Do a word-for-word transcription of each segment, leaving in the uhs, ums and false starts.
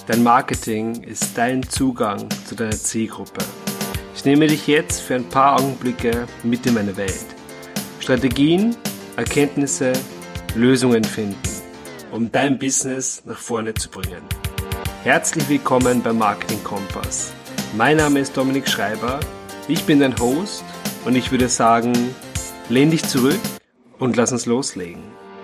Dein Marketing ist dein Zugang zu deiner Zielgruppe. Ich nehme dich jetzt für ein paar Augenblicke mit in meine Welt. Strategien, Erkenntnisse, Lösungen finden, um dein Business nach vorne zu bringen. Herzlich willkommen beim Marketing Kompass. Mein Name ist Dominik Schreiber, ich bin dein Host und ich würde sagen, lehn dich zurück und lass uns loslegen.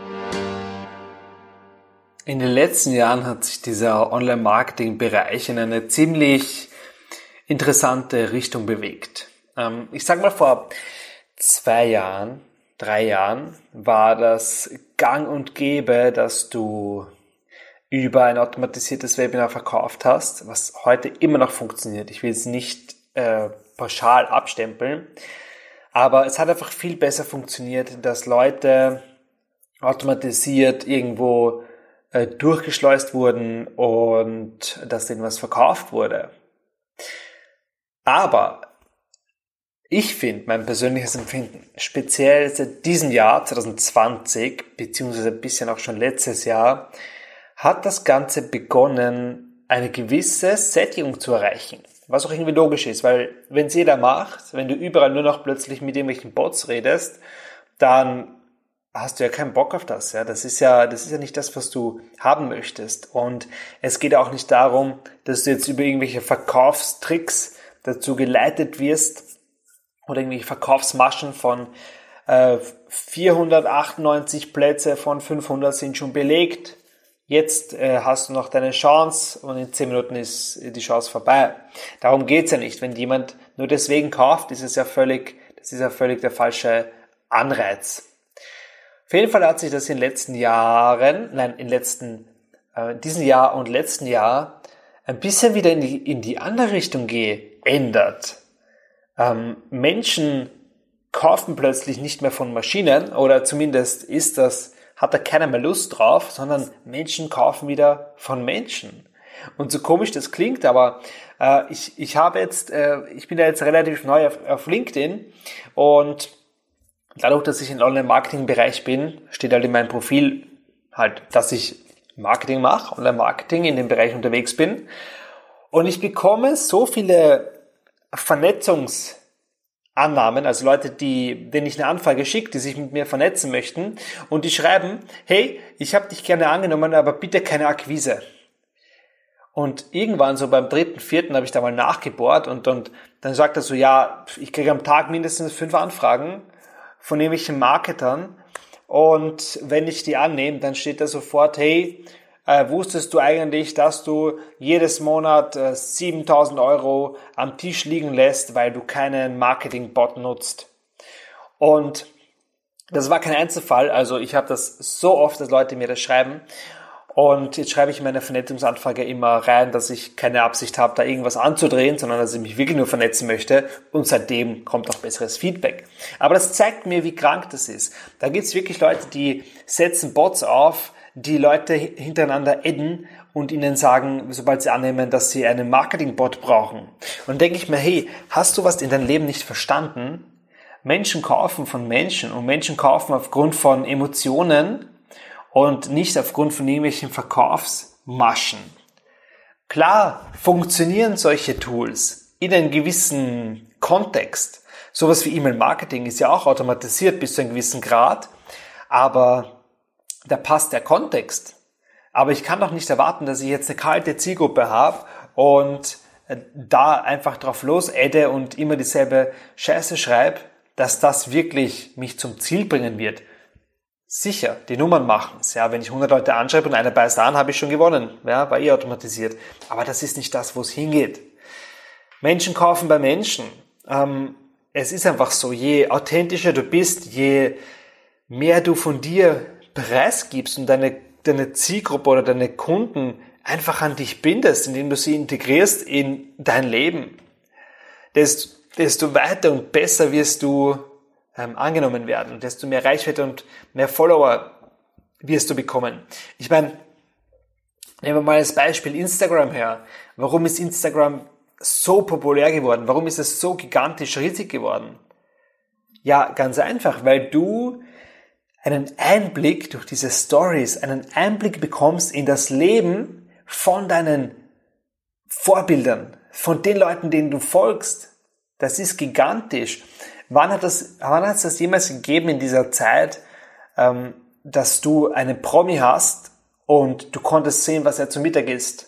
In den letzten Jahren hat sich dieser Online-Marketing-Bereich in eine ziemlich interessante Richtung bewegt. Ähm, ich sage mal, vor zwei Jahren, drei Jahren war das gang und gäbe, dass du über ein automatisiertes Webinar verkauft hast, was heute immer noch funktioniert. Ich will es nicht äh, pauschal abstempeln, aber es hat einfach viel besser funktioniert, dass Leute automatisiert irgendwo äh, durchgeschleust wurden und dass denen was verkauft wurde. Aber ich finde, mein persönliches Empfinden, speziell seit diesem Jahr zwanzig zwanzig, beziehungsweise ein bisschen auch schon letztes Jahr, hat das Ganze begonnen, eine gewisse Sättigung zu erreichen. Was auch irgendwie logisch ist, weil wenn es jeder macht, wenn du überall nur noch plötzlich mit irgendwelchen Bots redest, dann hast du ja keinen Bock auf das. Ja, das ist ja, das ist ja nicht das, was du haben möchtest. Und es geht auch nicht darum, dass du jetzt über irgendwelche Verkaufstricks dazu geleitet wirst oder irgendwelche Verkaufsmaschen von äh, vierhundertachtundneunzig Plätze von fünfhundert sind schon belegt. Jetzt äh, hast du noch deine Chance und in zehn Minuten ist die Chance vorbei. Darum geht's ja nicht. Wenn jemand nur deswegen kauft, ist es ja völlig, das ist ja völlig der falsche Anreiz. Auf jeden Fall hat sich das in den letzten Jahren, nein, in letzten, äh, diesem Jahr und letzten Jahr ein bisschen wieder in die, in die andere Richtung geändert. Ähm, Menschen kaufen plötzlich nicht mehr von Maschinen, oder zumindest ist das, hat da keiner mehr Lust drauf, sondern Menschen kaufen wieder von Menschen. Und so komisch das klingt, aber äh, ich, ich habe jetzt, äh, ich bin da jetzt relativ neu auf, auf LinkedIn und dadurch, dass ich im Online-Marketing-Bereich bin, steht halt in meinem Profil halt, dass ich Marketing mache, Online-Marketing in dem Bereich unterwegs bin. Und ich bekomme so viele Vernetzungsannahmen, also Leute, die, denen ich eine Anfrage schicke, die sich mit mir vernetzen möchten und die schreiben, hey, ich habe dich gerne angenommen, aber bitte keine Akquise. Und irgendwann so beim dritten, vierten habe ich da mal nachgebohrt und, und dann sagt er so, ja, ich kriege am Tag mindestens fünf Anfragen von irgendwelchen Marketern und wenn ich die annehme, dann steht da sofort, hey, äh, wusstest du eigentlich, dass du jedes Monat äh, siebentausend Euro am Tisch liegen lässt, weil du keinen Marketing-Bot nutzt? Und das war kein Einzelfall, also ich habe das so oft, dass Leute mir das schreiben. Und jetzt schreibe ich in meiner Vernetzungsanfrage immer rein, dass ich keine Absicht habe, da irgendwas anzudrehen, sondern dass ich mich wirklich nur vernetzen möchte. Und seitdem kommt auch besseres Feedback. Aber das zeigt mir, wie krank das ist. Da gibt es wirklich Leute, die setzen Bots auf, die Leute hintereinander adden und ihnen sagen, sobald sie annehmen, dass sie einen Marketing-Bot brauchen. Und denke ich mir, hey, hast du was in deinem Leben nicht verstanden? Menschen kaufen von Menschen und Menschen kaufen aufgrund von Emotionen und nicht aufgrund von irgendwelchen Verkaufsmaschen. Klar funktionieren solche Tools in einem gewissen Kontext. Sowas wie E-Mail-Marketing ist ja auch automatisiert bis zu einem gewissen Grad, aber da passt der Kontext. Aber ich kann doch nicht erwarten, dass ich jetzt eine kalte Zielgruppe habe und da einfach drauf losadde und immer dieselbe Scheiße schreibe, dass das wirklich mich zum Ziel bringen wird. Sicher, die Nummern machen's. Ja, wenn ich hundert Leute anschreibe und einer beißt an, habe ich schon gewonnen. Ja, war eh automatisiert. Aber das ist nicht das, wo es hingeht. Menschen kaufen bei Menschen. Ähm, es ist einfach so, je authentischer du bist, je mehr du von dir preisgibst und deine, deine Zielgruppe oder deine Kunden einfach an dich bindest, indem du sie integrierst in dein Leben, desto, desto weiter und besser wirst du ähm, angenommen werden, desto mehr Reichweite und mehr Follower wirst du bekommen. Ich meine, nehmen wir mal als Beispiel Instagram her. Warum ist Instagram so populär geworden? Warum ist es so gigantisch riesig geworden? Ja, ganz einfach, weil du einen Einblick durch diese Stories, einen Einblick bekommst in das Leben von deinen Vorbildern, von den Leuten, denen du folgst. Das ist gigantisch. Wann hat das, wann hat es das jemals gegeben in dieser Zeit, ähm, dass du einen Promi hast und du konntest sehen, was er zu Mittag isst?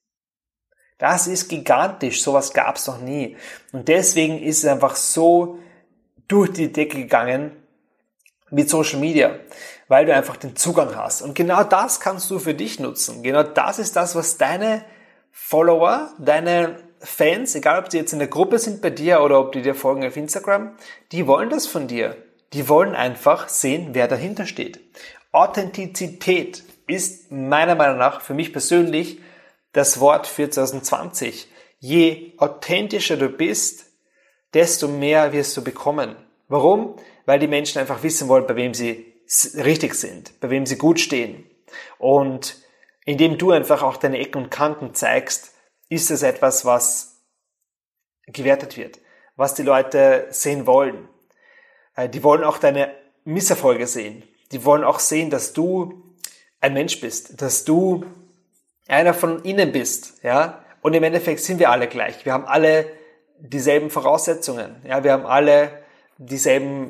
Das ist gigantisch. Sowas gab es noch nie. Und deswegen ist es einfach so durch die Decke gegangen mit Social Media, weil du einfach den Zugang hast. Und genau das kannst du für dich nutzen. Genau das ist das, was deine Follower, deine Fans, egal ob die jetzt in der Gruppe sind bei dir oder ob die dir folgen auf Instagram, die wollen das von dir. Die wollen einfach sehen, wer dahinter steht. Authentizität ist meiner Meinung nach für mich persönlich das Wort für zwanzig zwanzig. Je authentischer du bist, desto mehr wirst du bekommen. Warum? Weil die Menschen einfach wissen wollen, bei wem sie richtig sind, bei wem sie gut stehen. Und indem du einfach auch deine Ecken und Kanten zeigst, ist es etwas, was gewertet wird, was die Leute sehen wollen. Die wollen auch deine Misserfolge sehen. Die wollen auch sehen, dass du ein Mensch bist, dass du einer von ihnen bist, ja. Und im Endeffekt sind wir alle gleich. Wir haben alle dieselben Voraussetzungen, ja. Wir haben alle dieselben,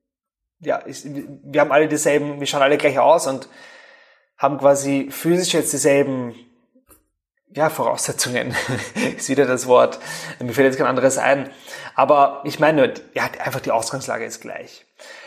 ja, wir haben alle dieselben, wir schauen alle gleich aus und haben quasi physisch jetzt dieselben, ja, Voraussetzungen, ist wieder das Wort. Mir fällt jetzt kein anderes ein. Aber ich meine nur, ja, einfach die Ausgangslage ist gleich.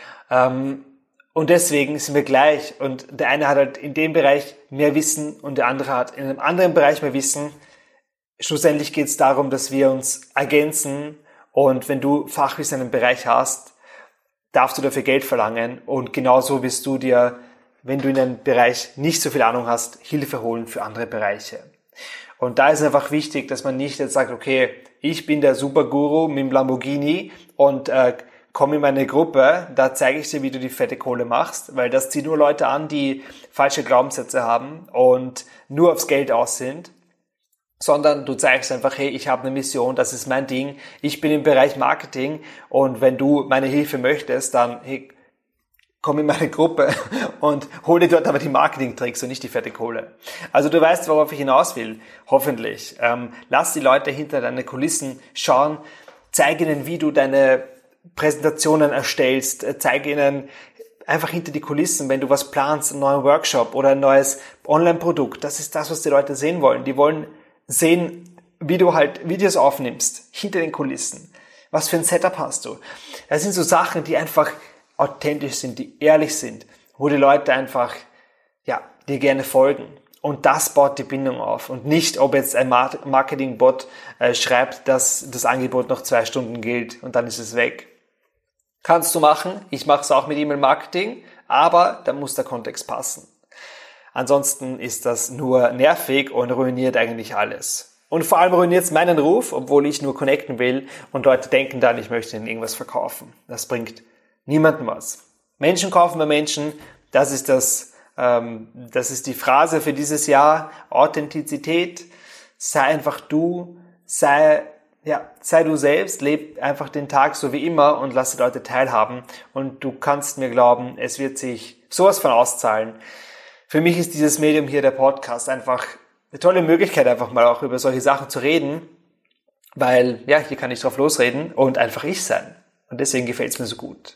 Ähm, und deswegen sind wir gleich. Und der eine hat halt in dem Bereich mehr Wissen und der andere hat in einem anderen Bereich mehr Wissen. Schlussendlich geht es darum, dass wir uns ergänzen. Und wenn du Fachwissen in einem Bereich hast, darfst du dafür Geld verlangen. Und genauso wirst du dir, wenn du in einem Bereich nicht so viel Ahnung hast, Hilfe holen für andere Bereiche. Und da ist einfach wichtig, dass man nicht jetzt sagt, okay, ich bin der Superguru mit dem Lamborghini und äh, komm in meine Gruppe, da zeige ich dir, wie du die fette Kohle machst, weil das zieht nur Leute an, die falsche Glaubenssätze haben und nur aufs Geld aus sind, sondern du zeigst einfach, hey, ich habe eine Mission, das ist mein Ding, ich bin im Bereich Marketing und wenn du meine Hilfe möchtest, dann hey, komm in meine Gruppe und hol dir dort aber die Marketing-Tricks und nicht die fette Kohle. Also du weißt, worauf ich hinaus will, hoffentlich. Ähm, lass die Leute hinter deine Kulissen schauen, zeig ihnen, wie du deine Präsentationen erstellst, zeig ihnen einfach hinter die Kulissen, wenn du was planst, einen neuen Workshop oder ein neues Online-Produkt. Das ist das, was die Leute sehen wollen. Die wollen sehen, wie du halt Videos aufnimmst, hinter den Kulissen. Was für ein Setup hast du? Das sind so Sachen, die einfach authentisch sind, die ehrlich sind, wo die Leute einfach, ja, dir gerne folgen. Und das baut die Bindung auf. Und nicht, ob jetzt ein Marketing-Bot äh, schreibt, dass das Angebot noch zwei Stunden gilt und dann ist es weg. Kannst du machen. Ich mache es auch mit E-Mail-Marketing, aber da muss der Kontext passen. Ansonsten ist das nur nervig und ruiniert eigentlich alles. Und vor allem ruiniert es meinen Ruf, obwohl ich nur connecten will und Leute denken dann, ich möchte ihnen irgendwas verkaufen. Das bringt niemandem was. Menschen kaufen bei Menschen, das ist das, ähm, das ist die Phrase für dieses Jahr. Authentizität, sei einfach du, sei, ja, sei du selbst, leb einfach den Tag so wie immer und lass die Leute teilhaben. Und du kannst mir glauben, es wird sich sowas von auszahlen. Für mich ist dieses Medium hier, der Podcast, einfach eine tolle Möglichkeit, einfach mal auch über solche Sachen zu reden, weil, ja, hier kann ich drauf losreden und einfach ich sein. Und deswegen gefällt es mir so gut.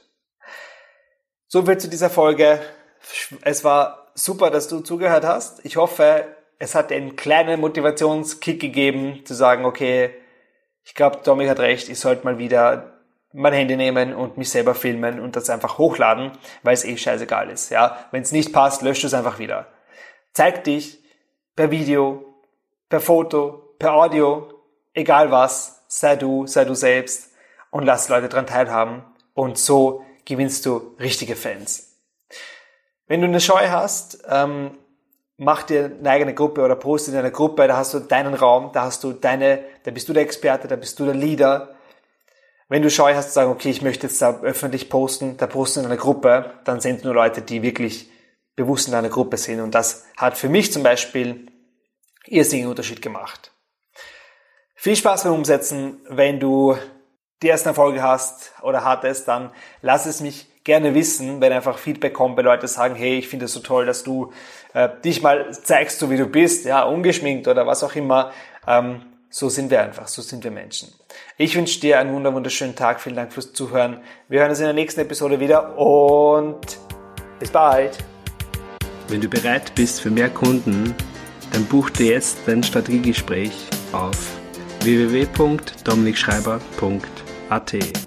So viel zu dieser Folge. Es war super, dass du zugehört hast. Ich hoffe, es hat dir einen kleinen Motivationskick gegeben, zu sagen, okay, ich glaube, Dominik hat recht, ich sollte mal wieder mein Handy nehmen und mich selber filmen und das einfach hochladen, weil es eh scheißegal ist. Ja? Wenn es nicht passt, löscht es einfach wieder. Zeig dich per Video, per Foto, per Audio, egal was, sei du, sei du selbst und lass Leute daran teilhaben und so gewinnst du richtige Fans. Wenn du eine Scheu hast, ähm, mach dir eine eigene Gruppe oder poste in einer Gruppe, da hast du deinen Raum, da hast du deine, da bist du der Experte, da bist du der Leader. Wenn du Scheu hast zu sagen, okay, ich möchte jetzt da öffentlich posten, da posten in einer Gruppe, dann sind nur Leute, die wirklich bewusst in einer Gruppe sind und das hat für mich zum Beispiel irrsinnigen Unterschied gemacht. Viel Spaß beim Umsetzen. Wenn du die ersten Erfolge hast oder hattest, dann lass es mich gerne wissen, wenn einfach Feedback kommt, bei Leute sagen, hey, ich finde es so toll, dass du äh, dich mal zeigst, so wie du bist, ja, ungeschminkt oder was auch immer. Ähm, So sind wir einfach, so sind wir Menschen. Ich wünsche dir einen wunderschönen Tag. Vielen Dank fürs Zuhören. Wir hören uns in der nächsten Episode wieder und bis bald. Wenn du bereit bist für mehr Kunden, dann buch dir jetzt dein Strategiegespräch auf w w w punkt dominik schreiber punkt a t.